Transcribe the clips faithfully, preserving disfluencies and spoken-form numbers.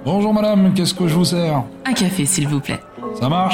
Bonjour madame, qu'est-ce que je vous sers ? Un café, s'il vous plaît. Ça marche ?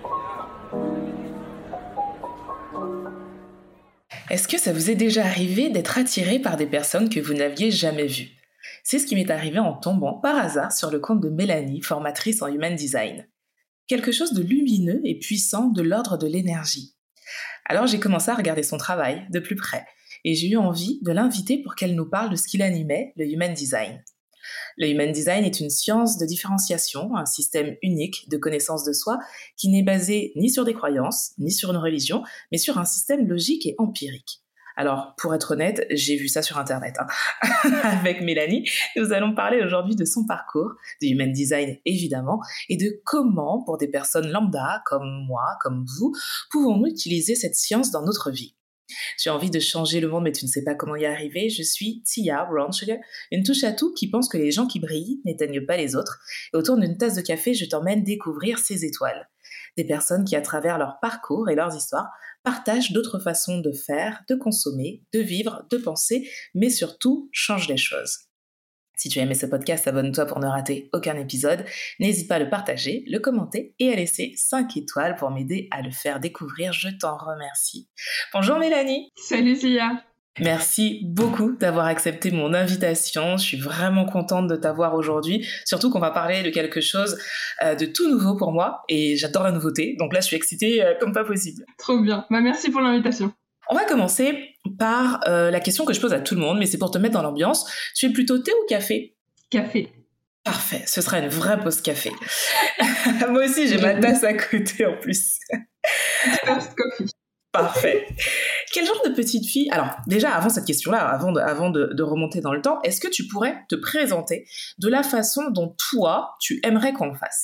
Est-ce que ça vous est déjà arrivé d'être attiré par des personnes que vous n'aviez jamais vues ? C'est ce qui m'est arrivé en tombant par hasard sur le compte de Mélanie, formatrice en Human Design. Quelque chose de lumineux et puissant de l'ordre de l'énergie. Alors j'ai commencé à regarder son travail de plus près et j'ai eu envie de l'inviter pour qu'elle nous parle de ce qui l'animait, le Human Design. Le Human Design est une science de différenciation, un système unique de connaissance de soi qui n'est basé ni sur des croyances, ni sur une religion, mais sur un système logique et empirique. Alors, pour être honnête, j'ai vu ça sur Internet. Hein. Avec Mélanie, nous allons parler aujourd'hui de son parcours, du Human Design évidemment, et de comment, pour des personnes lambda, comme moi, comme vous, pouvons-nous utiliser cette science dans notre vie. J'ai envie de changer le monde, mais tu ne sais pas comment y arriver. Je suis Tia Brown Sugar, une touche-à-tout qui pense que les gens qui brillent n'éteignent pas les autres. Et autour d'une tasse de café, je t'emmène découvrir ces étoiles. Des personnes qui, à travers leur parcours et leurs histoires, partagent d'autres façons de faire, de consommer, de vivre, de penser, mais surtout changent les choses. Si tu as aimé ce podcast, abonne-toi pour ne rater aucun épisode. N'hésite pas à le partager, le commenter et à laisser cinq étoiles pour m'aider à le faire découvrir. Je t'en remercie. Bonjour Mélanie. Salut Sia. Merci beaucoup d'avoir accepté mon invitation. Je suis vraiment contente de t'avoir aujourd'hui. Surtout qu'on va parler de quelque chose euh, de tout nouveau pour moi et j'adore la nouveauté. Donc là, je suis excitée euh, comme pas possible. Trop bien. Bah, merci pour l'invitation. On va commencer par euh, la question que je pose à tout le monde, mais c'est pour te mettre dans l'ambiance. Tu es plutôt thé ou café ? Café. Parfait, ce sera une vraie pause café. Moi aussi, j'ai ma tasse à côté en plus. First coffee. Parfait. Quel genre de petite fille... Alors, déjà, avant cette question-là, avant, de, avant de, de remonter dans le temps, est-ce que tu pourrais te présenter de la façon dont toi, tu aimerais qu'on le fasse ?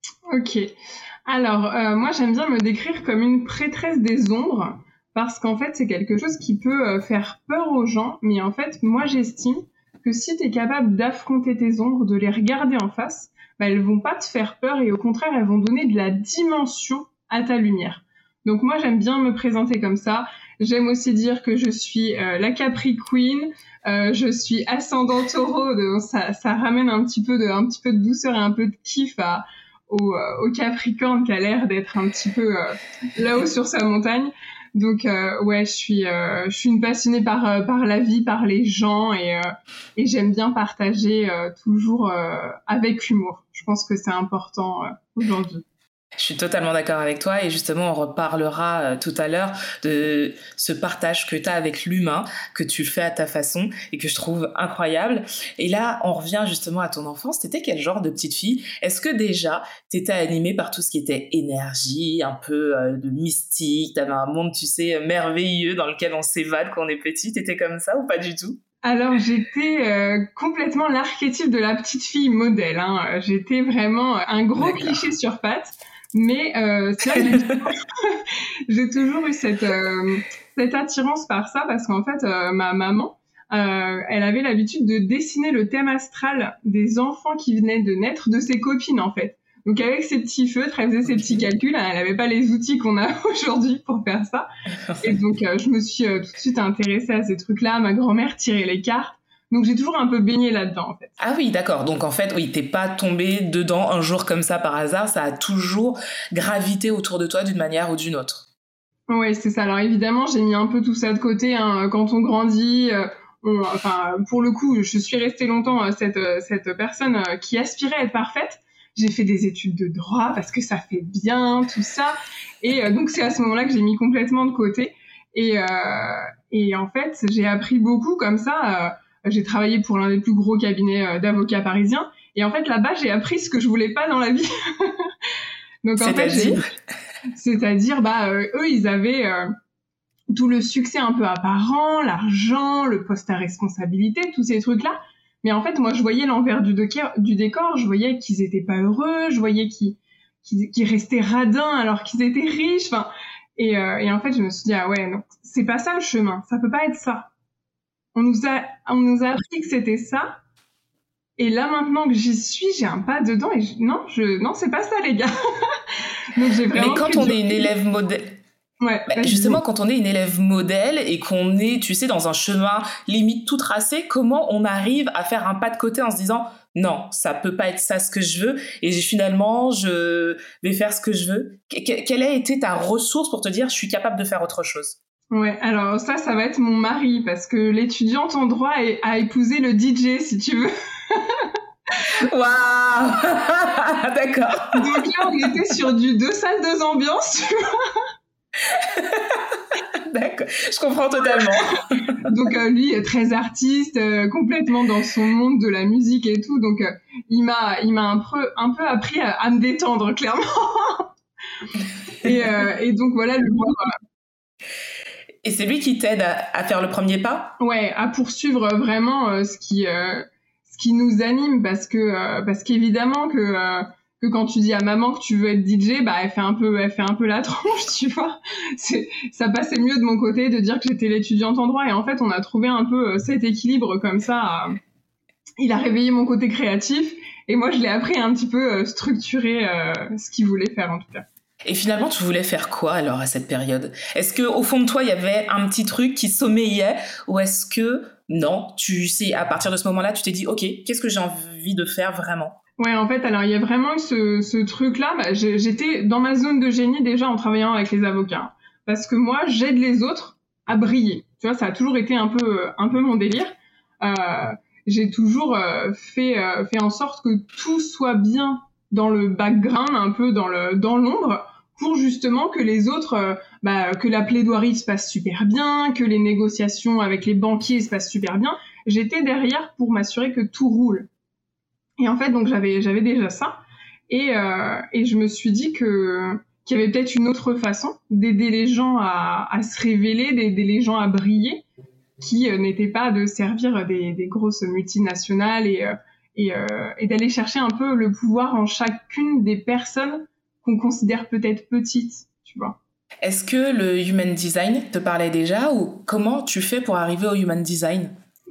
Ok. Alors, euh, moi, j'aime bien me décrire comme une prêtresse des ombres, parce qu'en fait, c'est quelque chose qui peut euh, faire peur aux gens, mais en fait, moi, j'estime que si tu es capable d'affronter tes ombres, de les regarder en face, bah, elles vont pas te faire peur, et au contraire, elles vont donner de la dimension à ta lumière. Donc moi, j'aime bien me présenter comme ça. J'aime aussi dire que je suis euh, la Capricorn, euh, je suis ascendant Taureau, de, ça, ça ramène un petit peu de, un petit peu de douceur et un peu de kiff à, au, euh, au Capricorne qui a l'air d'être un petit peu euh, là-haut sur sa montagne. Donc euh, ouais, je suis, euh, je suis une passionnée par, euh, par la vie, par les gens et, euh, et j'aime bien partager euh, toujours euh, avec humour. Je pense que c'est important euh, aujourd'hui. Je suis totalement d'accord avec toi et justement on reparlera euh, tout à l'heure de ce partage que tu as avec l'humain, que tu fais à ta façon et que je trouve incroyable. Et là, on revient justement à ton enfance. T'étais quel genre de petite fille ? Est-ce que déjà t'étais animée par tout ce qui était énergie, un peu euh, de mystique ? T'avais un monde, tu sais, merveilleux dans lequel on s'évade quand on est petit. T'étais comme ça ou pas du tout ? Alors, j'étais euh, complètement l'archétype de la petite fille modèle. Hein. J'étais vraiment un gros D'accord. cliché sur pattes. Mais euh, c'est vrai que j'ai toujours, j'ai toujours eu cette, euh, cette attirance par ça parce qu'en fait, euh, ma maman, euh, elle avait l'habitude de dessiner le thème astral des enfants qui venaient de naître, de ses copines en fait. Donc avec ses petits feutres, elle faisait ses petits calculs. Elle n'avait pas les outils qu'on a aujourd'hui pour faire ça. Et donc, euh, je me suis euh, tout de suite intéressée à ces trucs-là. Ma grand-mère tirait les cartes. Donc, j'ai toujours un peu baigné là-dedans, en fait. Ah oui, d'accord. Donc, en fait, oui, t'es pas tombée dedans un jour comme ça par hasard. Ça a toujours gravité autour de toi d'une manière ou d'une autre. Oui, c'est ça. Alors, évidemment, j'ai mis un peu tout ça de côté. Hein. Quand on grandit, euh, on, enfin, pour le coup, je suis restée longtemps euh, cette, euh, cette personne euh, qui aspirait à être parfaite. J'ai fait des études de droit parce que ça fait bien, tout ça. Et euh, donc, c'est à ce moment-là que j'ai mis complètement de côté. Et, euh, et en fait, j'ai appris beaucoup comme ça. Euh, J'ai travaillé pour l'un des plus gros cabinets d'avocats parisiens. Et en fait, là-bas, j'ai appris ce que je voulais pas dans la vie. Donc, en C'est-à-dire fait, j'ai... C'est-à-dire, bah, euh, eux, ils avaient euh, tout le succès un peu apparent, l'argent, le poste à responsabilité, tous ces trucs-là. Mais en fait, moi, je voyais l'envers du, décor, du décor. Je voyais qu'ils étaient pas heureux. Je voyais qu'ils, qu'ils, qu'ils restaient radins alors qu'ils étaient riches. Enfin, et, euh, et en fait, je me suis dit, ah ouais, non, c'est pas ça le chemin. Ça peut pas être ça. On nous a, on nous a appris que c'était ça. Et là, maintenant que j'y suis, j'ai un pas dedans. Et je, non, je, non, c'est pas ça, les gars. Donc, j'ai vraiment Mais quand on est une élève modèle... Ouais. Bah, justement, quand on est une élève modèle et qu'on est, tu sais, dans un chemin limite tout tracé, comment on arrive à faire un pas de côté en se disant non, ça peut pas être ça ce que je veux et finalement je vais faire ce que je veux. Que- quelle a été ta ressource pour te dire je suis capable de faire autre chose? Ouais, alors ça, ça va être mon mari, parce que l'étudiante en droit a épousé le D J, si tu veux. Waouh. D'accord. Donc là, on était sur du deux salles, deux ambiances, tu vois. D'accord, je comprends totalement. Donc euh, lui est très artiste, euh, complètement dans son monde de la musique et tout, donc euh, il m'a il m'a un peu un peu appris à, à me détendre, clairement. et, euh, et donc voilà le voir. Et c'est lui qui t'aide à, à faire le premier pas? Ouais, à poursuivre vraiment euh, ce qui euh, ce qui nous anime, parce que euh, parce qu'évidemment que euh, que quand tu dis à maman que tu veux être D J, bah elle fait un peu elle fait un peu la tronche, tu vois. C'est ça passait mieux de mon côté de dire que j'étais l'étudiante en droit, et en fait on a trouvé un peu euh, cet équilibre comme ça. À... Il a réveillé mon côté créatif et moi je l'ai appris à un petit peu euh, structurer euh, ce qu'il voulait faire, en tout cas. Et finalement, tu voulais faire quoi alors à cette période? Est-ce que au fond de toi, il y avait un petit truc qui sommeillait, ou est-ce que non, tu sais, à partir de ce moment-là, tu t'es dit ok, qu'est-ce que j'ai envie de faire vraiment? Ouais, en fait, alors il y a vraiment eu ce, ce truc-là. Bah, j'étais dans ma zone de génie déjà en travaillant avec les avocats, parce que moi, j'aide les autres à briller. Tu vois, ça a toujours été un peu, un peu mon délire. Euh, j'ai toujours euh, fait, euh, fait en sorte que tout soit bien dans le background, un peu dans le, dans l'ombre, pour justement que les autres, euh, bah, que la plaidoirie se passe super bien, que les négociations avec les banquiers se passent super bien. J'étais derrière pour m'assurer que tout roule. Et en fait, donc j'avais j'avais déjà ça, et euh, et je me suis dit que qu'il y avait peut-être une autre façon d'aider les gens à à se révéler, d'aider les gens à briller, qui euh, n'était pas de servir des des grosses multinationales et euh, et euh, et d'aller chercher un peu le pouvoir en chacune des personnes qu'on considère peut-être petites, tu vois. Est-ce que le human design te parlait déjà, ou comment tu fais pour arriver au human design?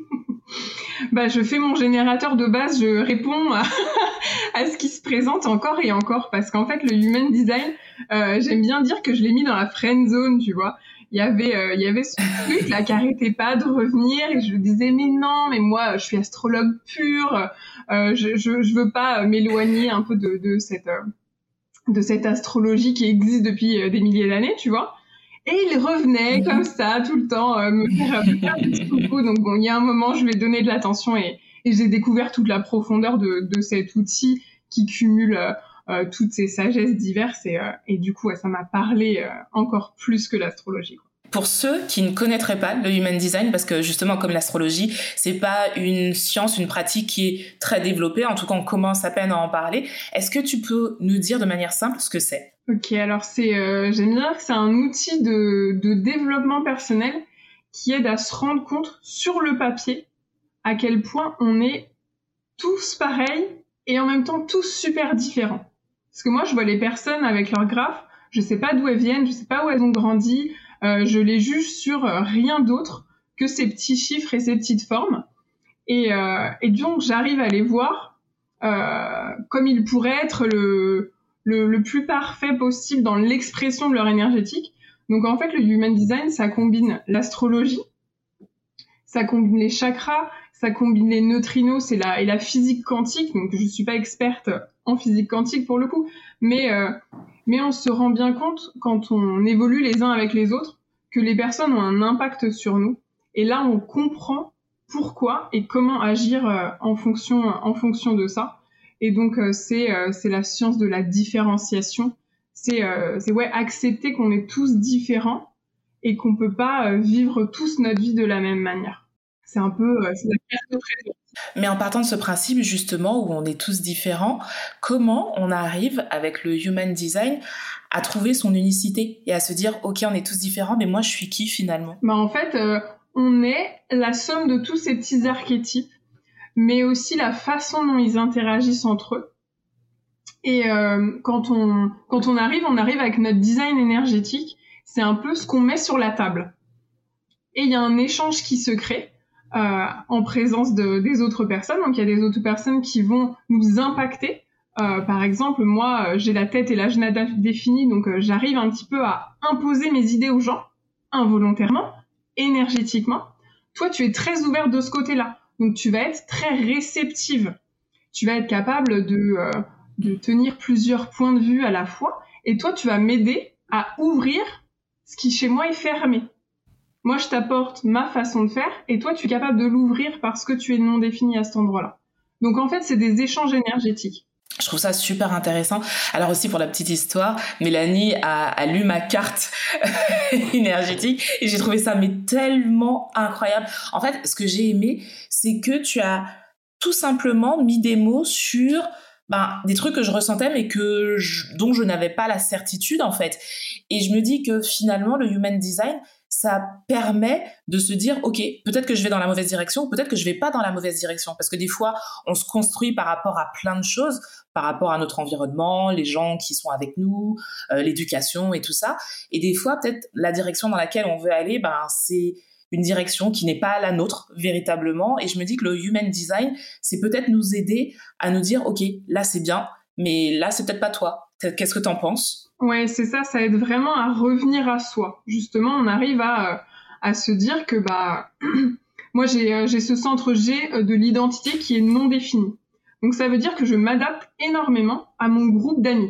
Bah, je fais mon générateur de base, je réponds à, à ce qui se présente encore et encore, parce qu'en fait, le human design, euh, j'aime bien dire que je l'ai mis dans la friend zone, tu vois. Il y avait, euh, il y avait ce truc là qui arrêtait pas de revenir, et je disais mais non, mais moi, je suis astrologue pure, euh, je, je, je veux pas m'éloigner un peu de, de cette, euh, de cette astrologie qui existe depuis euh, des milliers d'années, tu vois. Et il revenait comme ça tout le temps euh, me faire, me faire des petits coucous. Donc bon, il y a un moment, je lui ai donné de l'attention, et, et j'ai découvert toute la profondeur de, de cet outil qui cumule euh, toutes ces sagesses diverses. Et, euh, et du coup, ouais, ça m'a parlé euh, encore plus que l'astrologie, quoi. Pour ceux qui ne connaîtraient pas le human design, parce que justement comme l'astrologie, c'est pas une science, une pratique qui est très développée, en tout cas on commence à peine à en parler, est-ce que tu peux nous dire de manière simple ce que c'est? Ok, alors c'est, euh, j'aime bien dire que c'est un outil de, de développement personnel qui aide à se rendre compte sur le papier à quel point on est tous pareils et en même temps tous super différents. Parce que moi je vois les personnes avec leur graphe, je sais pas d'où elles viennent, je sais pas où elles ont grandi, euh, je les juge sur euh, rien d'autre que ces petits chiffres et ces petites formes. Et, euh, et donc j'arrive à les voir euh, comme ils pourraient être le, le, le plus parfait possible dans l'expression de leur énergétique. Donc en fait le human design, ça combine l'astrologie, ça combine les chakras, ça combine les neutrinos et la, et la physique quantique. Donc je suis pas experte en physique quantique pour le coup, mais, euh, mais on se rend bien compte quand on évolue les uns avec les autres que les personnes ont un impact sur nous. Et là on comprend pourquoi et comment agir euh, en fonction en fonction de ça. Et donc euh, c'est euh, c'est la science de la différenciation. C'est euh, c'est ouais accepter qu'on est tous différents et qu'on peut pas euh, vivre tous notre vie de la même manière. C'est un peu euh, c'est la perte de présence. Mais en partant de ce principe justement où on est tous différents, comment on arrive avec le human design à trouver son unicité et à se dire ok, on est tous différents, mais moi je suis qui finalement? Bah en fait euh, on est la somme de tous ces petits archétypes, mais aussi la façon dont ils interagissent entre eux. Et euh, quand on quand on arrive, on arrive avec notre design énergétique. C'est un peu ce qu'on met sur la table. Et il y a un échange qui se crée euh, en présence de, des autres personnes. Donc il y a des autres personnes qui vont nous impacter Euh, par exemple, moi, euh, j'ai la tête et l'agenda définis, donc euh, j'arrive un petit peu à imposer mes idées aux gens, involontairement, énergétiquement. Toi, tu es très ouverte de ce côté-là, donc tu vas être très réceptive. Tu vas être capable de, euh, de tenir plusieurs points de vue à la fois, et toi, tu vas m'aider à ouvrir ce qui, chez moi, est fermé. Moi, je t'apporte ma façon de faire, et toi, tu es capable de l'ouvrir parce que tu es non défini à cet endroit-là. Donc, en fait, c'est des échanges énergétiques. Je trouve ça super intéressant. Alors aussi, pour la petite histoire, Mélanie a, a lu ma carte énergétique et j'ai trouvé ça mais tellement incroyable. En fait, ce que j'ai aimé, c'est que tu as tout simplement mis des mots sur ben, des trucs que je ressentais mais que je, dont je n'avais pas la certitude en fait. Et je me dis que finalement, le Human Design, ça permet de se dire, ok, peut-être que je vais dans la mauvaise direction, peut-être que je vais pas dans la mauvaise direction, parce que des fois, on se construit par rapport à plein de choses, par rapport à notre environnement, les gens qui sont avec nous, euh, l'éducation et tout ça. Et des fois, peut-être la direction dans laquelle on veut aller, ben c'est une direction qui n'est pas la nôtre véritablement. Et je me dis que le Human Design, c'est peut-être nous aider à nous dire, ok, là c'est bien, mais là c'est peut-être pas toi. Qu'est-ce que t'en penses ? Ouais, c'est ça, ça aide vraiment à revenir à soi. Justement, on arrive à, à se dire que bah moi j'ai, j'ai ce centre G de l'identité qui est non défini. Donc ça veut dire que je m'adapte énormément à mon groupe d'amis.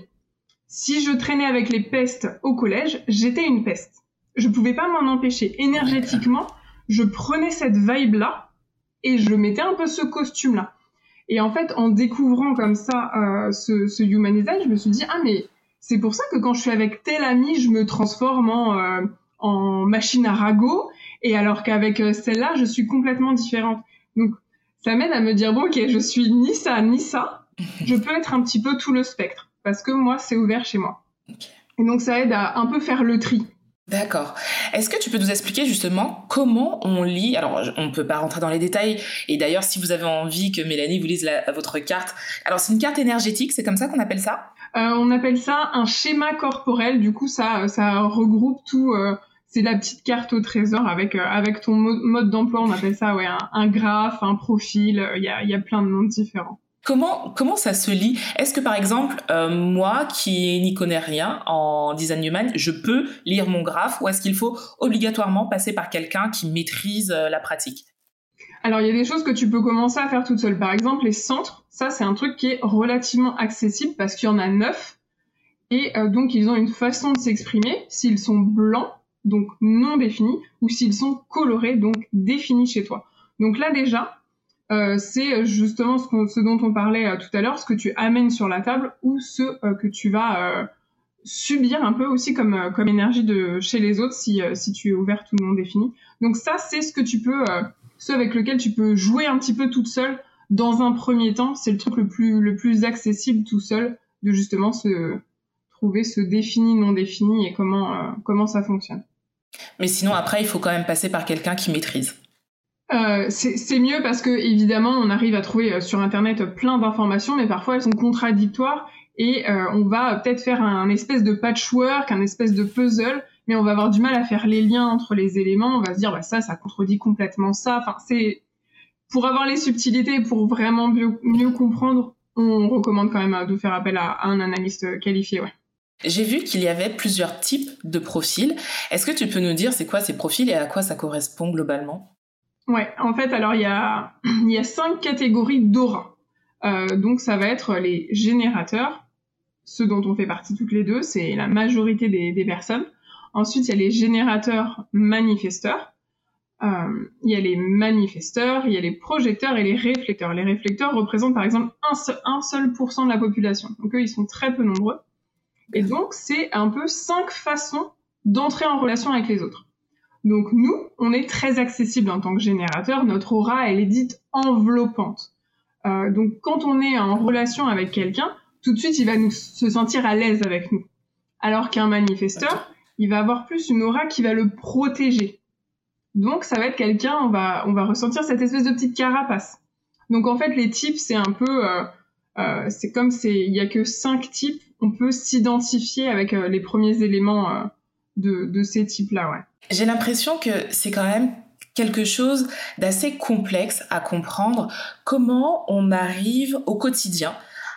Si je traînais avec les pestes au collège, j'étais une peste. Je pouvais pas m'en empêcher. Énergétiquement, je prenais cette vibe-là et je mettais un peu ce costume-là. Et en fait, en découvrant comme ça euh, ce, ce Human Design, je me suis dit « Ah mais c'est pour ça que quand je suis avec tel ami, je me transforme en, euh, en machine à ragot, et alors qu'avec euh, celle-là, je suis complètement différente. » Donc, ça m'aide à me dire « Bon, ok, je suis ni ça, ni ça. Je peux être un petit peu tout le spectre, parce que moi, c'est ouvert chez moi. » Et donc, ça aide à un peu faire le tri. D'accord. Est-ce que tu peux nous expliquer justement comment on lit, alors on ne peut pas rentrer dans les détails, et d'ailleurs si vous avez envie que Mélanie vous lise la, votre carte, alors c'est une carte énergétique, c'est comme ça qu'on appelle ça ? euh, On appelle ça un schéma corporel, du coup ça, ça regroupe tout, euh, c'est la petite carte au trésor avec, euh, avec ton mo- mode d'emploi, on appelle ça ouais, un, un graphe, un profil, il y a, y a plein de noms différents. Comment, comment ça se lit ? Est-ce que, par exemple, euh, moi, qui n'y connais rien en design human, je peux lire mon graphe ou est-ce qu'il faut obligatoirement passer par quelqu'un qui maîtrise euh, la pratique ? Alors, il y a des choses que tu peux commencer à faire toute seule. Par exemple, les centres, ça, c'est un truc qui est relativement accessible parce qu'il y en a neuf et euh, donc ils ont une façon de s'exprimer s'ils sont blancs, donc non définis, ou s'ils sont colorés, donc définis chez toi. Donc là, déjà... Euh, c'est justement ce, ce dont on parlait euh, tout à l'heure, ce que tu amènes sur la table ou ce euh, que tu vas euh, subir un peu aussi comme, euh, comme énergie de chez les autres si, euh, si tu es ouverte ou non définie. Donc ça, c'est ce que tu peux, euh, ce avec lequel tu peux jouer un petit peu toute seule dans un premier temps. C'est le truc le plus, le plus accessible tout seul de justement se trouver ce défini, non défini et comment, euh, comment ça fonctionne. Mais sinon, après, il faut quand même passer par quelqu'un qui maîtrise. Euh, c'est, c'est mieux parce que évidemment on arrive à trouver euh, sur internet euh, plein d'informations mais parfois elles sont contradictoires et euh, on va peut-être faire un, un espèce de patchwork, un espèce de puzzle mais on va avoir du mal à faire les liens entre les éléments, on va se dire bah ça ça contredit complètement ça, enfin c'est pour avoir les subtilités, pour vraiment mieux, mieux comprendre, on recommande quand même de faire appel à, à un analyste qualifié, ouais. J'ai vu qu'il y avait plusieurs types de profils. Est-ce que tu peux nous dire c'est quoi ces profils et à quoi ça correspond globalement ? Ouais, en fait, alors il y a, il y a cinq catégories d'aura. Euh, donc ça va être les générateurs, ceux dont on fait partie toutes les deux, c'est la majorité des, des personnes. Ensuite, il y a les générateurs manifesteurs, euh, il y a les manifesteurs, il y a les projecteurs et les réflecteurs. Les réflecteurs représentent par exemple un seul, un seul pourcent de la population. Donc eux, ils sont très peu nombreux. Et donc, c'est un peu cinq façons d'entrer en relation avec les autres. Donc nous, on est très accessible en tant que générateur. Notre aura, elle est dite enveloppante. Euh, donc quand on est en relation avec quelqu'un, tout de suite, il va nous se sentir à l'aise avec nous. Alors qu'un manifesteur, il va avoir plus une aura qui va le protéger. Donc ça va être quelqu'un, on va, on va ressentir cette espèce de petite carapace. Donc en fait, les types, c'est un peu... Euh, euh, c'est comme c'est, il y a que cinq types, on peut s'identifier avec euh, les premiers éléments euh, de, de ces types-là, ouais. J'ai l'impression que c'est quand même quelque chose d'assez complexe à comprendre, comment on arrive au quotidien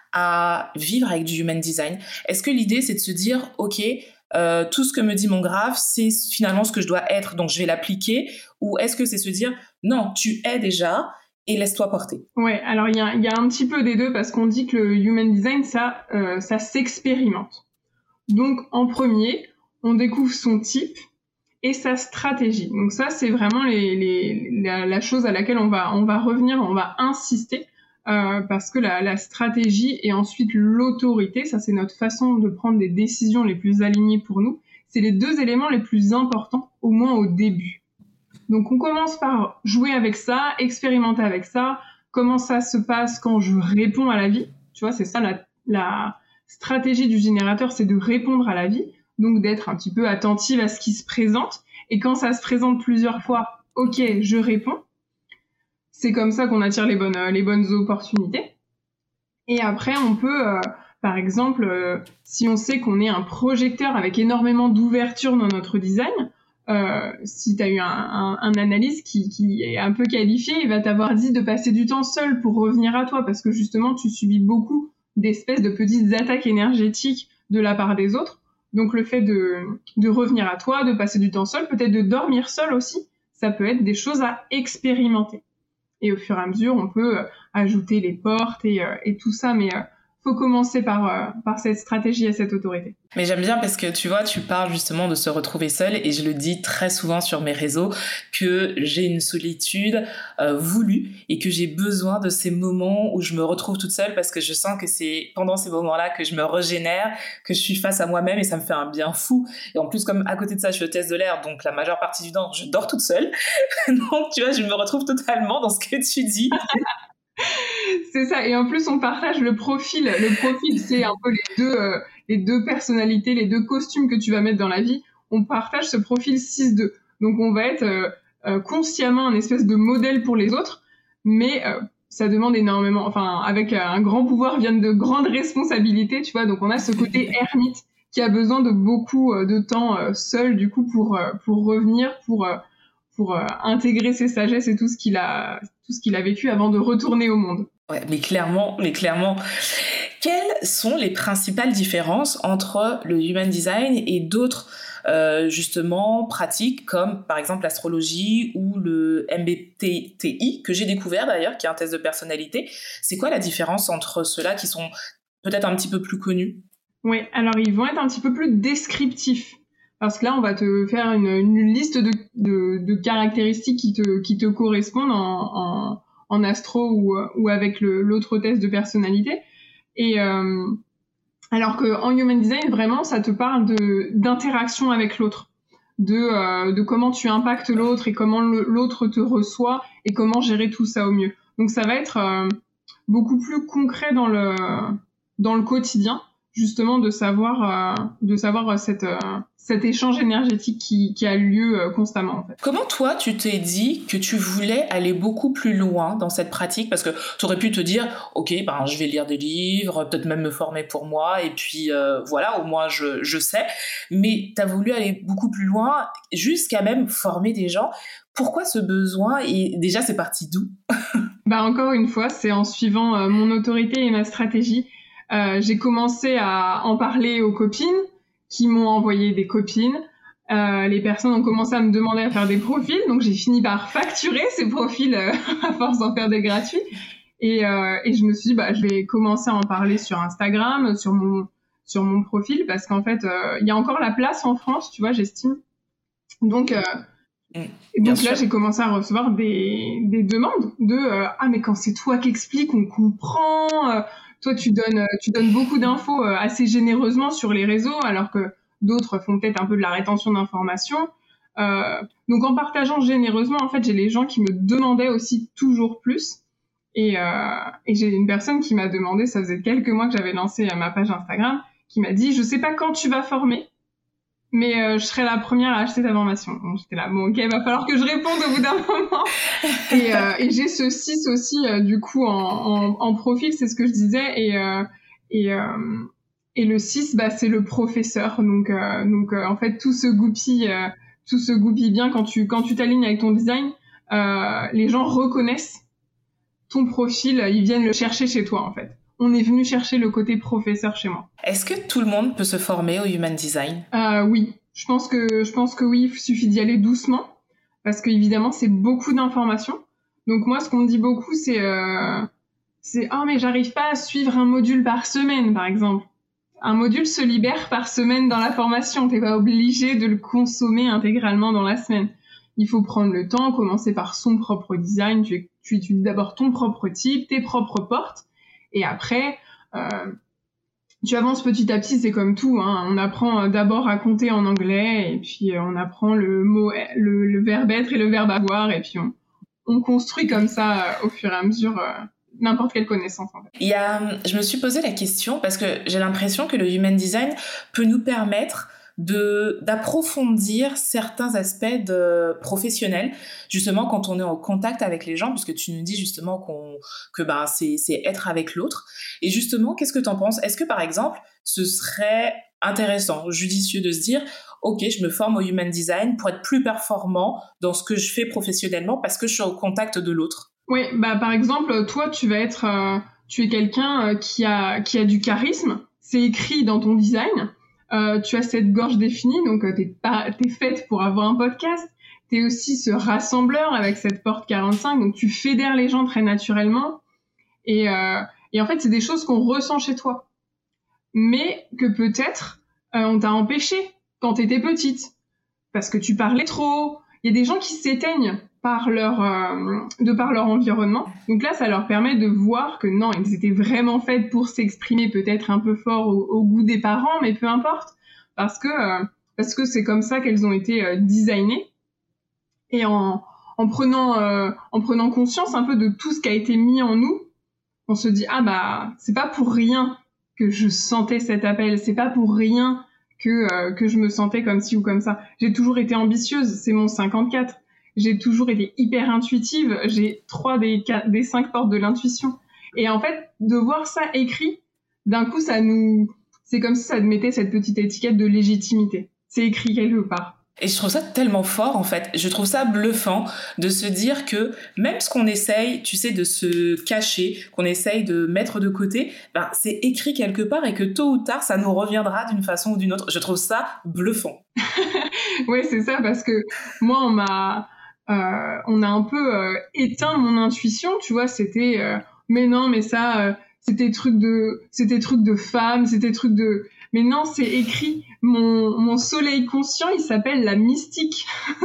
à vivre avec du human design? Est-ce que l'idée, c'est de se dire, OK, euh, tout ce que me dit mon graphe, c'est finalement ce que je dois être, donc je vais l'appliquer? Ou est-ce que c'est se dire, non, tu es déjà et laisse-toi porter? Ouais, alors il y a, y a un petit peu des deux parce qu'on dit que le human design, ça, euh, ça s'expérimente. Donc, en premier, on découvre son type et sa stratégie. Donc ça, c'est vraiment les, les, la, la chose à laquelle on va, on va revenir, on va insister, euh, parce que la, la stratégie et ensuite l'autorité, ça c'est notre façon de prendre des décisions les plus alignées pour nous, c'est les deux éléments les plus importants, au moins au début. Donc on commence par jouer avec ça, expérimenter avec ça, comment ça se passe quand je réponds à la vie, tu vois, c'est ça la... la stratégie du générateur, c'est de répondre à la vie, donc d'être un petit peu attentive à ce qui se présente. Et quand ça se présente plusieurs fois, ok, je réponds. C'est comme ça qu'on attire les bonnes, les bonnes opportunités. Et après, on peut, euh, par exemple, euh, si on sait qu'on est un projecteur avec énormément d'ouverture dans notre design, euh, si tu as eu un, un, un analyste qui, qui est un peu qualifié, il va t'avoir dit de passer du temps seul pour revenir à toi, parce que justement, tu subis beaucoup d'espèces de petites attaques énergétiques de la part des autres. Donc le fait de, de revenir à toi, de passer du temps seul, peut-être de dormir seul aussi, ça peut être des choses à expérimenter. Et au fur et à mesure, on peut euh, ajouter les portes et, euh, et tout ça, mais euh, faut commencer par, euh, par cette stratégie et cette autorité. Mais j'aime bien parce que tu vois, tu parles justement de se retrouver seul et je le dis très souvent sur mes réseaux que j'ai une solitude euh, voulue et que j'ai besoin de ces moments où je me retrouve toute seule parce que je sens que c'est pendant ces moments-là que je me régénère, que je suis face à moi-même et ça me fait un bien fou. Et en plus, comme à côté de ça, je teste de l'air, donc la majeure partie du temps, je dors toute seule. Donc tu vois, je me retrouve totalement dans ce que tu dis. C'est ça, et en plus on partage le profil. Le profil, c'est un peu les deux, euh, les deux personnalités, les deux costumes que tu vas mettre dans la vie. On partage ce profil six deux. Donc on va être euh, euh, consciemment un espèce de modèle pour les autres, mais euh, ça demande énormément, enfin avec euh, un grand pouvoir viennent de grandes responsabilités, tu vois. Donc on a ce côté ermite qui a besoin de beaucoup euh, de temps euh, seul, du coup, pour, euh, pour revenir, pour... Euh, pour euh, intégrer ses sagesses et tout ce qu'il a, tout ce qu'il a vécu avant de retourner au monde. Ouais, mais clairement, mais clairement. Quelles sont les principales différences entre le Human Design et d'autres, euh, justement, pratiques comme, par exemple, l'astrologie ou le M B T I, que j'ai découvert d'ailleurs, qui est un test de personnalité. C'est quoi la différence entre ceux-là qui sont peut-être un petit peu plus connus? Oui, alors ils vont être un petit peu plus descriptifs. Parce que là, on va te faire une, une liste de, de, de caractéristiques qui te, qui te correspondent en, en, en astro ou, ou avec le, l'autre test de personnalité. Et euh, alors qu'en Human Design, vraiment, ça te parle de, d'interaction avec l'autre, de, euh, de comment tu impactes l'autre et comment le, l'autre te reçoit et comment gérer tout ça au mieux. Donc ça va être euh, beaucoup plus concret dans le, dans le quotidien, justement de savoir, euh, de savoir cette... Euh, cet échange énergétique qui, qui a lieu euh, constamment, en fait. Comment toi, tu t'es dit que tu voulais aller beaucoup plus loin dans cette pratique? Parce que tu aurais pu te dire, ok, ben, je vais lire des livres, peut-être même me former pour moi, et puis euh, voilà, au moins je, je sais. Mais tu as voulu aller beaucoup plus loin, jusqu'à même former des gens. Pourquoi ce besoin? Et déjà, c'est parti d'où? Bah, encore une fois, c'est en suivant euh, mon autorité et ma stratégie. Euh, j'ai commencé à en parler aux copines, qui m'ont envoyé des copines. Euh, les personnes ont commencé à me demander à faire des profils, donc j'ai fini par facturer ces profils euh, à force d'en faire des gratuits. Et, euh, et je me suis dit, bah, je vais commencer à en parler sur Instagram, sur mon, sur mon profil, parce qu'en fait, il euh, y a encore la place en France, tu vois, j'estime. Donc, euh, mmh, et donc là, sûr. J'ai commencé à recevoir des, des demandes de euh, « Ah, mais quand c'est toi qui expliques, on comprend euh, ». Toi, tu donnes, tu donnes beaucoup d'infos assez généreusement sur les réseaux, alors que d'autres font peut-être un peu de la rétention d'informations. Euh, donc, en partageant généreusement, en fait, j'ai les gens qui me demandaient aussi toujours plus. Et, euh, et j'ai une personne qui m'a demandé, ça faisait quelques mois que j'avais lancé ma page Instagram, qui m'a dit « Je sais pas quand tu vas former, mais euh, je serai la première à acheter ta formation. » Donc, j'étais là, bon, ok, il va falloir que je réponde au bout d'un moment. et, euh, et j'ai ce six aussi, euh, du coup, en, en, en profil, c'est ce que je disais. Et, euh, et, euh, et le six, bah, c'est le professeur. Donc, euh, donc euh, en fait, tout se goupille, euh, tout se goupille bien quand tu, quand tu t'alignes avec ton design. Euh, les gens reconnaissent ton profil, ils viennent le chercher chez toi, en fait. on est venu chercher le côté professeur chez moi. Est-ce que tout le monde peut se former au Human Design ? euh, Oui, je pense que je pense que oui, il suffit d'y aller doucement, parce qu'évidemment, c'est beaucoup d'informations. Donc moi, ce qu'on me dit beaucoup, c'est euh, c'est « Oh, mais j'arrive pas à suivre un module par semaine, par exemple. » Un module se libère par semaine dans la formation. T'es pas obligé de le consommer intégralement dans la semaine. Il faut prendre le temps, commencer par son propre design. Tu, tu étudies d'abord ton propre type, tes propres portes. Et après, euh, tu avances petit à petit. C'est comme tout, hein. On apprend d'abord à compter en anglais, et puis on apprend le mot, le, le verbe être et le verbe avoir, et puis on, on construit comme ça euh, au fur et à mesure euh, n'importe quelle connaissance, en fait. Il y a, je me suis posé la question parce que j'ai l'impression que le Human Design peut nous permettre de, d'approfondir certains aspects de, professionnels, justement quand on est en contact avec les gens, puisque tu nous dis justement qu'on, que ben, c'est, c'est être avec l'autre. Et justement, qu'est-ce que tu en penses ? Est-ce que par exemple, ce serait intéressant, judicieux de se dire « Ok, je me forme au Human Design pour être plus performant dans ce que je fais professionnellement parce que je suis au contact de l'autre ». Oui, bah par exemple, toi, tu vas être, euh, tu es quelqu'un euh, qui a qui a du charisme. C'est écrit dans ton design. Euh, tu as cette gorge définie, donc euh, t'es pas, t'es faite pour avoir un podcast. T'es aussi ce rassembleur avec cette porte quarante-cinq, donc tu fédères les gens très naturellement. Et euh, et en fait, c'est des choses qu'on ressent chez toi, mais que peut-être euh, on t'a empêché quand t'étais petite parce que tu parlais trop. Il y a des gens qui s'éteignent par leur, euh, de par leur environnement. Donc là, ça leur permet de voir que non, ils étaient vraiment faits pour s'exprimer peut-être un peu fort au, au goût des parents, mais peu importe, parce que euh, parce que c'est comme ça qu'elles ont été euh, designées. Et en en prenant euh, en prenant conscience un peu de tout ce qui a été mis en nous, on se dit ah bah c'est pas pour rien que je sentais cet appel, c'est pas pour rien que euh, que je me sentais comme ci ou comme ça. J'ai toujours été ambitieuse, c'est mon cinquante-quatre. J'ai toujours été hyper intuitive, j'ai trois des, quatre, des cinq portes de l'intuition. Et en fait, de voir ça écrit, d'un coup, ça nous, c'est comme si ça mettait cette petite étiquette de légitimité. C'est écrit quelque part. Et je trouve ça tellement fort, en fait. Je trouve ça bluffant de se dire que même ce qu'on essaye, tu sais, de se cacher, qu'on essaye de mettre de côté, ben, c'est écrit quelque part et que tôt ou tard, ça nous reviendra d'une façon ou d'une autre. Je trouve ça bluffant. Ouais, c'est ça, parce que moi, on m'a, euh, on a un peu euh, éteint mon intuition, tu vois, c'était, euh, mais non, mais ça, euh, c'était truc de, c'était truc de femme, c'était truc de... Mais non, c'est écrit. Mon, mon soleil conscient, il s'appelle la mystique.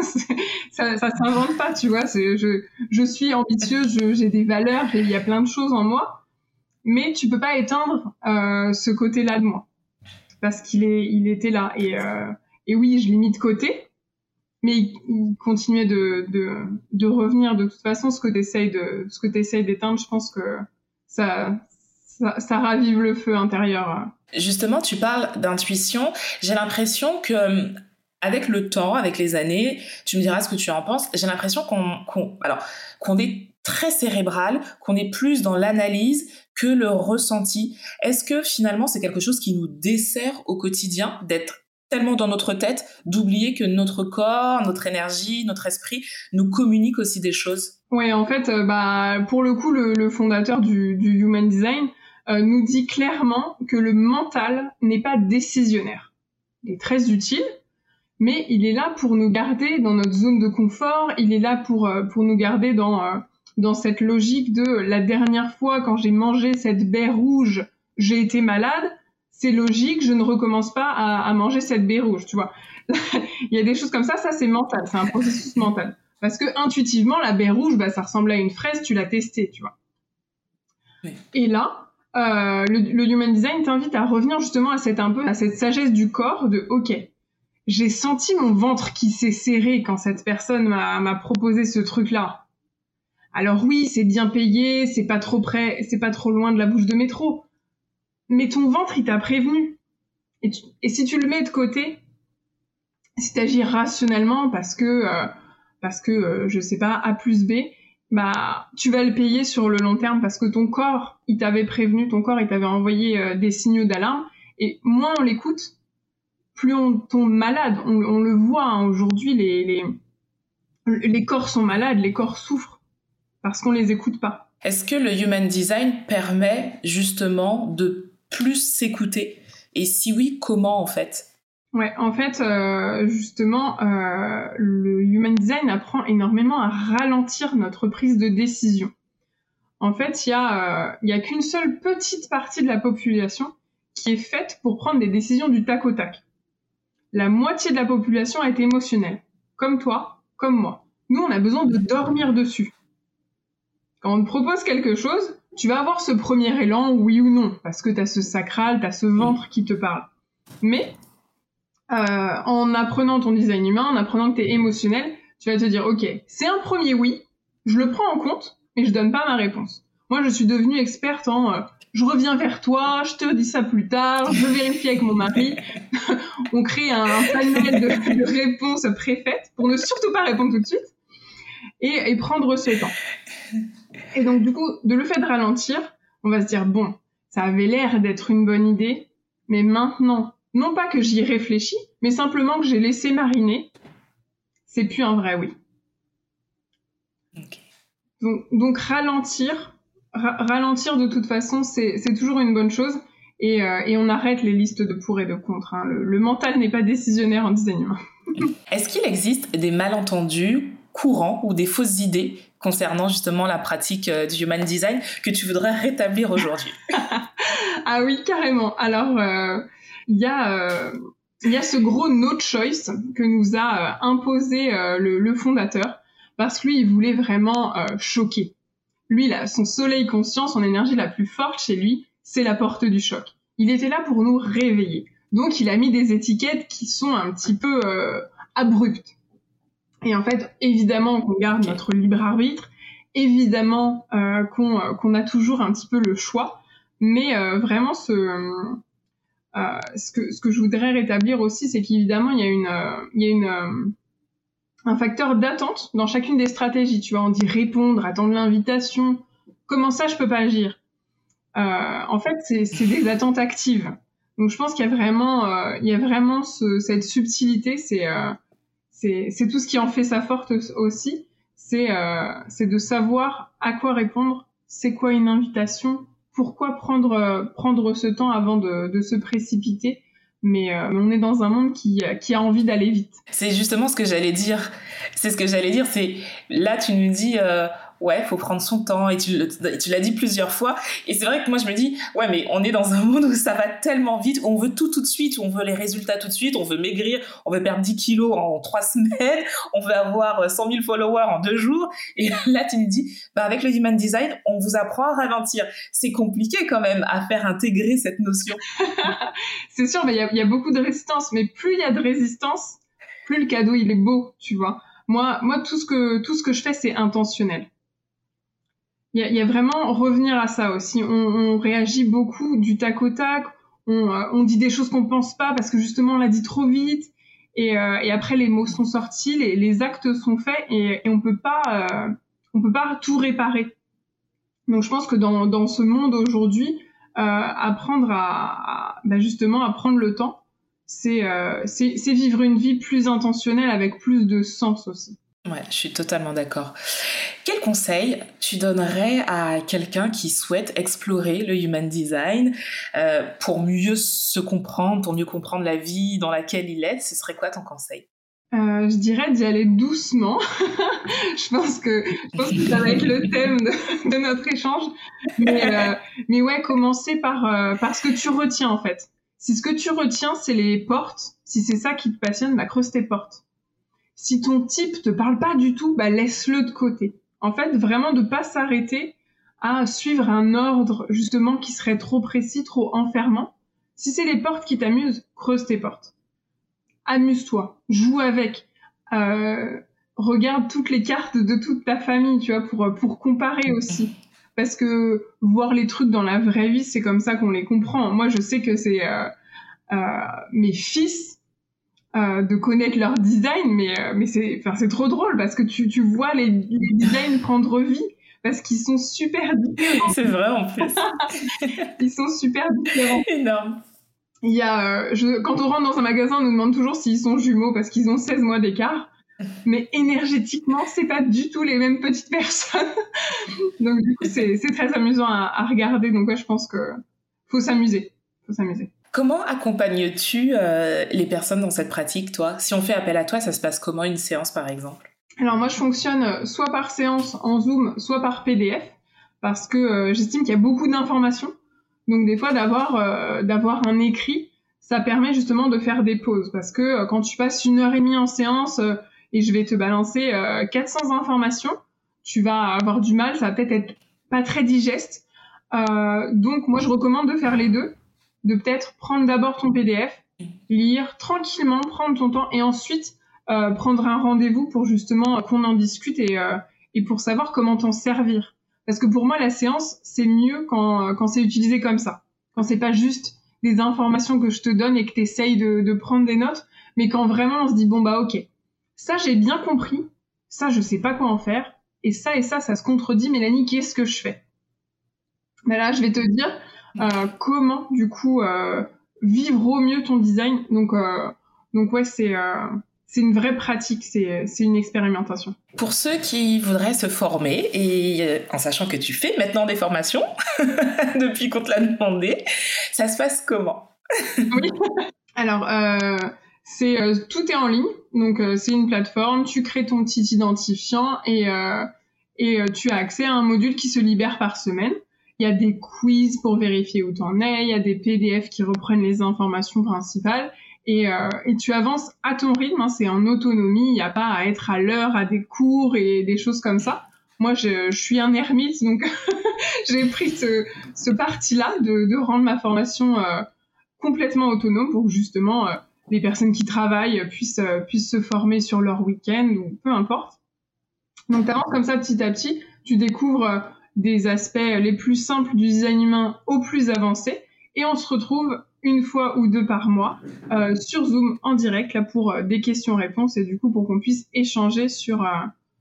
ça, ça s'invente pas, tu vois. C'est, je, je suis ambitieuse, je, j'ai des valeurs, il y a plein de choses en moi. Mais tu peux pas éteindre euh, ce côté-là de moi. Parce qu'il est, il était là. Et, euh, et oui, je l'ai mis de côté. Mais il, il continuait de, de, de revenir. De toute façon, ce que t'essayes de, ce que t'essayes d'éteindre, je pense que ça, ça, ça ravive le feu intérieur. Justement, tu parles d'intuition. J'ai l'impression que, avec le temps, avec les années, tu me diras ce que tu en penses. J'ai l'impression qu'on, qu'on, alors, qu'on est très cérébral, qu'on est plus dans l'analyse que le ressenti. Est-ce que finalement, c'est quelque chose qui nous dessert au quotidien d'être tellement dans notre tête, d'oublier que notre corps, notre énergie, notre esprit nous communiquent aussi des choses? Oui, en fait, euh, bah, pour le coup, le, le fondateur du, du Human Design euh, nous dit clairement que le mental n'est pas décisionnaire. Il est très utile, mais il est là pour nous garder dans notre zone de confort, il est là pour, euh, pour nous garder dans, euh, dans cette logique de la dernière fois quand j'ai mangé cette baie rouge, j'ai été malade, c'est logique, je ne recommence pas à, à manger cette baie rouge, tu vois. Il y a des choses comme ça, ça c'est mental, c'est un processus mental. Parce que intuitivement, la baie rouge, bah, ça ressemble à une fraise, tu l'as testée, tu vois. Oui. Et là, euh, le, le Human Design t'invite à revenir justement à cette un peu à cette sagesse du corps de ok, j'ai senti mon ventre qui s'est serré quand cette personne m'a, m'a proposé ce truc-là. Alors oui, c'est bien payé, c'est pas trop près, c'est pas trop loin de la bouche de métro, mais ton ventre il t'a prévenu. Et, tu, et si tu le mets de côté, si t'agis rationnellement parce que euh, parce que, euh, je sais pas, A plus B, bah, tu vas le payer sur le long terme parce que ton corps, il t'avait prévenu, ton corps, il t'avait envoyé euh, des signaux d'alarme, et moins on l'écoute, plus on tombe malade. On, on le voit, hein, aujourd'hui, les, les, les corps sont malades, les corps souffrent parce qu'on les écoute pas. Est-ce que le human design permet justement de plus s'écouter? Et si oui, comment en fait? Ouais, en fait, euh, justement, euh, le human design apprend énormément à ralentir notre prise de décision. En fait, il y a, euh, il y a qu'une seule petite partie de la population qui est faite pour prendre des décisions du tac au tac. La moitié de la population est émotionnelle, comme toi, comme moi. Nous, on a besoin de dormir dessus. Quand on te propose quelque chose, tu vas avoir ce premier élan, oui ou non, parce que t'as ce sacral, t'as ce ventre qui te parle. Mais euh, en apprenant ton design humain, en apprenant que t'es émotionnel, tu vas te dire, ok, c'est un premier oui, je le prends en compte, mais je donne pas ma réponse. Moi, je suis devenue experte en euh, je reviens vers toi, je te dis ça plus tard, je vérifie avec mon mari. On crée un, un panel de, de réponses préfaites pour ne surtout pas répondre tout de suite et, et prendre ce temps. Et donc, du coup, de le fait de ralentir, on va se dire, bon, ça avait l'air d'être une bonne idée, mais maintenant, non pas que j'y réfléchis, mais simplement que j'ai laissé mariner, c'est plus un vrai oui. Okay. Donc, donc ralentir, ra- ralentir de toute façon, c'est, c'est toujours une bonne chose, et, euh, et on arrête les listes de pour et de contre. Hein. Le, le mental n'est pas décisionnaire en design humain. Est-ce qu'il existe des malentendus courants ou des fausses idées concernant justement la pratique euh, du human design que tu voudrais rétablir aujourd'hui? Ah oui, carrément. Alors, il euh, y a... Euh... Il y a ce gros no choice que nous a euh, imposé euh, le, le fondateur, parce que lui, il voulait vraiment euh, choquer. Lui, là, son soleil conscient, son énergie la plus forte chez lui, c'est la porte du choc. Il était là pour nous réveiller. Donc, il a mis des étiquettes qui sont un petit peu euh, abruptes. Et en fait, évidemment qu'on garde notre libre arbitre, évidemment euh, qu'on, euh, qu'on a toujours un petit peu le choix, mais euh, vraiment ce... Euh, ce que ce que je voudrais rétablir aussi, c'est qu'évidemment il y a une euh, il y a une euh, un facteur d'attente dans chacune des stratégies. Tu vois, on dit répondre, attendre l'invitation. Comment ça, je peux pas agir? euh, En fait, c'est c'est des attentes actives. Donc je pense qu'il y a vraiment euh, il y a vraiment ce, cette subtilité. C'est euh, c'est c'est tout ce qui en fait sa force aussi. C'est euh, c'est de savoir à quoi répondre. C'est quoi une invitation? Pourquoi prendre euh, prendre ce temps avant de, de se précipiter? Mais euh, on est dans un monde qui qui a envie d'aller vite. C'est justement ce que j'allais dire. C'est ce que j'allais dire. C'est là tu nous dis euh, ouais, faut prendre son temps et tu tu l'as dit plusieurs fois. Et c'est vrai que moi je me dis ouais, mais on est dans un monde où ça va tellement vite, où on veut tout tout de suite, où on veut les résultats tout de suite, on veut maigrir, on veut perdre dix kilos en trois semaines, on veut avoir cent mille followers en deux jours. Et là tu nous dis bah avec le human design, on vous apprend à ralentir. C'est compliqué quand même à faire intégrer cette notion. C'est sûr, mais il y a, y a beaucoup de résistance. Mais plus il y a de résistance, plus le cadeau il est beau, tu vois. Moi, moi tout ce que tout ce que je fais, c'est intentionnel. Il y a, y a vraiment revenir à ça aussi. On, on réagit beaucoup du tac au tac. On, euh, on dit des choses qu'on pense pas parce que justement on l'a dit trop vite. Et, euh, et après les mots sont sortis, les, les actes sont faits et, et on peut pas, euh, on peut pas tout réparer. Donc je pense que dans dans ce monde aujourd'hui, euh, apprendre à, à bah justement à prendre le temps, c'est euh, c'est c'est vivre une vie plus intentionnelle avec plus de sens aussi. Ouais, je suis totalement d'accord. Quel conseil tu donnerais à quelqu'un qui souhaite explorer le human design euh, pour mieux se comprendre, pour mieux comprendre la vie dans laquelle il est? Ce serait quoi ton conseil? Euh, je dirais d'y aller doucement. je pense que je pense que ça va être le thème de, de notre échange. Mais euh, mais ouais, commencer par euh, par ce que tu retiens en fait. Si ce que tu retiens c'est les portes, si c'est ça qui te passionne, bah creuse tes portes. Si ton type te parle pas du tout, bah laisse-le de côté. En fait, vraiment de pas s'arrêter à suivre un ordre justement qui serait trop précis, trop enfermant. Si c'est les portes qui t'amusent, creuse tes portes. Amuse-toi, joue avec, euh, regarde toutes les cartes de toute ta famille, tu vois, pour pour comparer aussi. Parce que voir les trucs dans la vraie vie, c'est comme ça qu'on les comprend. Moi, je sais que c'est euh, euh, mes fils. Euh, de connaître leur design, mais euh, mais c'est enfin c'est trop drôle parce que tu tu vois les, les designs prendre vie parce qu'ils sont super différents. C'est vrai en plus. Ils sont super différents. Énorme. Il y a euh, je, quand on rentre dans un magasin, on nous demande toujours s'ils sont jumeaux parce qu'ils ont seize mois d'écart. mais énergétiquement, c'est pas du tout les mêmes petites personnes. Donc du coup, c'est, c'est très amusant à, à regarder. Donc ouais, je pense que faut s'amuser, faut s'amuser. Comment accompagnes-tu euh, les personnes dans cette pratique, toi ? Si on fait appel à toi, ça se passe comment, une séance, par exemple ? Alors moi, je fonctionne soit par séance en Zoom, soit par P D F, parce que euh, j'estime qu'il y a beaucoup d'informations. Donc des fois, d'avoir, euh, d'avoir un écrit, ça permet justement de faire des pauses. Parce que euh, quand tu passes une heure et demie en séance euh, et je vais te balancer euh, quatre cents informations, tu vas avoir du mal, ça va peut-être être pas très digeste. Euh, donc moi, je recommande de faire les deux. De peut-être prendre d'abord ton P D F, lire tranquillement, prendre ton temps et ensuite euh, prendre un rendez-vous pour justement qu'on en discute et, euh, et pour savoir comment t'en servir. Parce que pour moi, la séance, c'est mieux quand, quand c'est utilisé comme ça. Quand c'est pas juste des informations que je te donne et que t'essayes de, de prendre des notes, mais quand vraiment on se dit, bon bah ok, ça j'ai bien compris, ça je sais pas quoi en faire, et ça et ça, ça se contredit, Mélanie, qu'est-ce que je fais ? Ben là, je vais te dire euh, comment, du coup, euh, vivre au mieux ton design. Donc, euh, donc ouais, c'est, euh, c'est une vraie pratique, c'est, c'est une expérimentation. Pour ceux qui voudraient se former, et euh, en sachant que tu fais maintenant des formations, depuis qu'on te l'a demandé, ça se passe comment ? Oui. Alors, euh, c'est, euh, tout est en ligne, donc euh, c'est une plateforme, tu crées ton petit identifiant et, euh, et euh, tu as accès à un module qui se libère par semaine. Il y a des quiz pour vérifier où t'en es, il y a des P D F qui reprennent les informations principales et, euh, et tu avances à ton rythme, hein, c'est en autonomie, il n'y a pas à être à l'heure à des cours et des choses comme ça. Moi, je, je suis un ermite, donc j'ai pris ce, ce parti-là de, de rendre ma formation euh, complètement autonome pour que justement euh, les personnes qui travaillent puissent, euh, puissent se former sur leur week-end ou peu importe. Donc, t'avances comme ça petit à petit, tu découvres euh, des aspects les plus simples du design humain aux plus avancés et on se retrouve une fois ou deux par mois euh, sur Zoom en direct là pour euh, des questions-réponses et du coup pour qu'on puisse échanger sur, euh,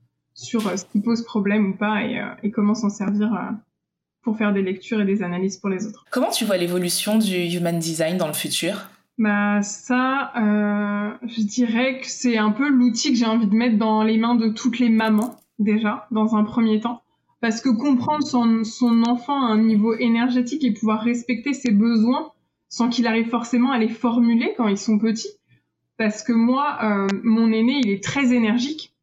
sur euh, ce qui pose problème ou pas et, euh, et comment s'en servir euh, pour faire des lectures et des analyses pour les autres. Comment tu vois l'évolution du human design dans le futur ? Bah ça, euh, je dirais que c'est un peu l'outil que j'ai envie de mettre dans les mains de toutes les mamans déjà, dans un premier temps. Parce que comprendre son, son enfant à un niveau énergétique et pouvoir respecter ses besoins sans qu'il arrive forcément à les formuler quand ils sont petits. Parce que moi, euh, mon aîné, il est très énergique.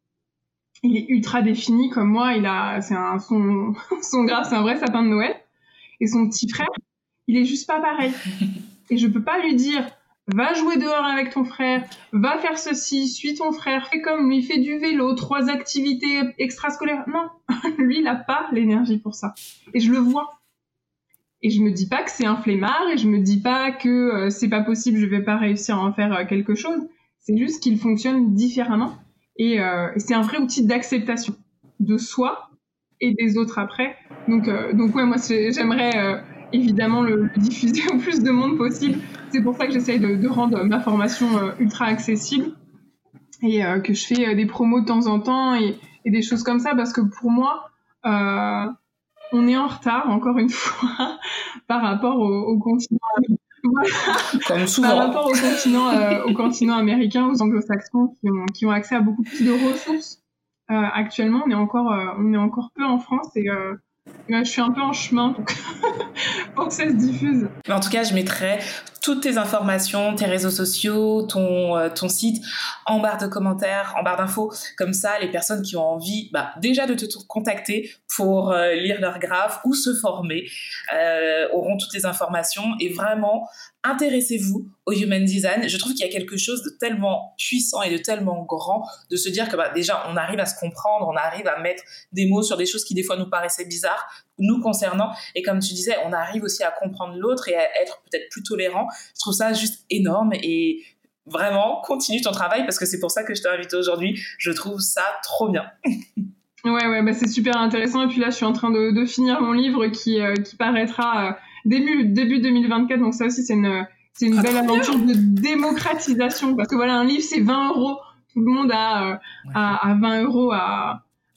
Il est ultra défini comme moi. Il a, c'est un, son, son graphe, c'est un vrai sapin de Noël. Et son petit frère, il est juste pas pareil. Et je peux pas lui dire, va jouer dehors avec ton frère, va faire ceci, suis ton frère, fais comme lui, fais du vélo, trois activités extrascolaires. Non, lui, il a pas l'énergie pour ça. Et je le vois. Et je me dis pas que c'est un flemmard, et je me dis pas que euh, c'est pas possible, je vais pas réussir à en faire euh, quelque chose. C'est juste qu'il fonctionne différemment. Et, euh, et c'est un vrai outil d'acceptation de soi et des autres après. Donc, euh, donc ouais, moi, c'est, j'aimerais euh, évidemment le, le diffuser au plus de monde possible. C'est pour ça que j'essaye de, de rendre ma formation euh, ultra accessible et euh, que je fais euh, des promos de temps en temps et, et des choses comme ça parce que pour moi, euh, on est en retard, encore une fois, par rapport au, au continent voilà. Comme souvent. Par rapport au continent, euh, au continent américain, aux anglo-saxons qui ont, qui ont accès à beaucoup plus de ressources. Euh, actuellement, on est encore, euh, on est encore peu en France et euh, je suis un peu en chemin donc pour que ça se diffuse. Mais en tout cas, je mettrai toutes tes informations, tes réseaux sociaux, ton, euh, ton site en barre de commentaires, en barre d'infos. Comme ça, les personnes qui ont envie bah, déjà de te contacter pour euh, lire leur graphe ou se former euh, auront toutes les informations. Et vraiment, intéressez-vous au Human Design. Je trouve qu'il y a quelque chose de tellement puissant et de tellement grand de se dire que bah, déjà, on arrive à se comprendre, on arrive à mettre des mots sur des choses qui des fois nous paraissaient bizarres, nous concernant. Et comme tu disais, on arrive aussi à comprendre l'autre et à être peut-être plus tolérant. Je trouve ça juste énorme et vraiment, continue ton travail parce que c'est pour ça que je t'ai invité aujourd'hui. Je trouve ça trop bien. Ouais, ouais, bah c'est super intéressant. Et puis là, je suis en train de, de finir mon livre qui, euh, qui paraîtra euh, début, début deux mille vingt-quatre. Donc ça aussi, c'est une, c'est une ah, belle aventure bien. de démocratisation. Parce que voilà, un livre, c'est vingt euros. Tout le monde a, euh, ouais. a, a vingt euros à,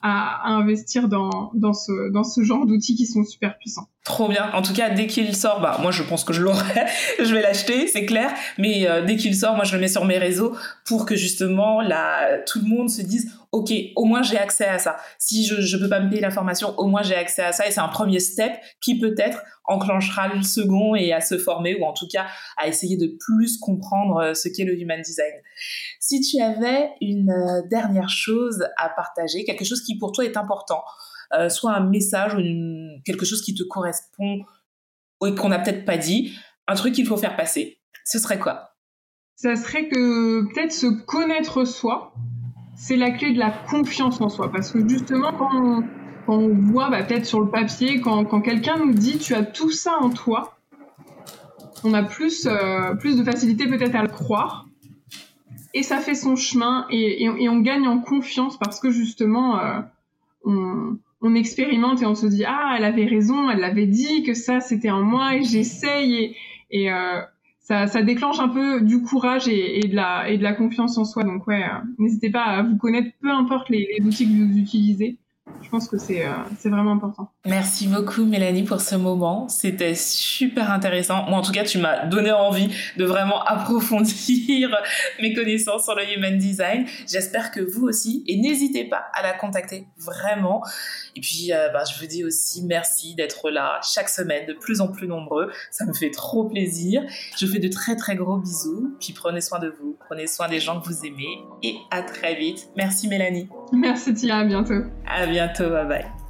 à, à investir dans, dans, ce, dans ce genre d'outils qui sont super puissants. Trop bien. En tout cas, dès qu'il sort, bah moi je pense que je l'aurai, je vais l'acheter, c'est clair. Mais euh, dès qu'il sort, moi je le mets sur mes réseaux pour que justement là tout le monde se dise, ok, au moins j'ai accès à ça. Si je je peux pas me payer la formation, au moins j'ai accès à ça et c'est un premier step qui peut-être enclenchera le second et à se former ou en tout cas à essayer de plus comprendre ce qu'est le human design. Si tu avais une euh, dernière chose à partager, quelque chose qui pour toi est important. Euh, soit un message ou une, quelque chose qui te correspond et qu'on n'a peut-être pas dit, un truc qu'il faut faire passer, ce serait quoi? Ça serait que peut-être se connaître soi, c'est la clé de la confiance en soi. Parce que justement, quand on, quand on voit bah, peut-être sur le papier, quand, quand quelqu'un nous dit « tu as tout ça en toi », on a plus, euh, plus de facilité peut-être à le croire. Et ça fait son chemin et, et, et on gagne en confiance parce que justement, euh, on... on expérimente et on se dit « Ah, elle avait raison, elle l'avait dit, que ça, c'était en moi, et j'essaye. » Et, et euh, ça, ça déclenche un peu du courage et, et, de la, et de la confiance en soi. Donc ouais, euh, n'hésitez pas à vous connaître, peu importe les, les outils que vous utilisez. Je pense que c'est, euh, c'est vraiment important. Merci beaucoup Mélanie pour ce moment, c'était super intéressant. Moi en tout cas tu m'as donné envie de vraiment approfondir mes connaissances sur le Human Design. J'espère que vous aussi, et n'hésitez pas à la contacter vraiment. Et puis euh, bah, je vous dis aussi merci d'être là chaque semaine, de plus en plus nombreux, ça me fait trop plaisir. Je vous fais de très très gros bisous, puis prenez soin de vous, prenez soin des gens que vous aimez et à très vite. Merci Mélanie. Merci Tia, à bientôt. À bientôt, bye bye.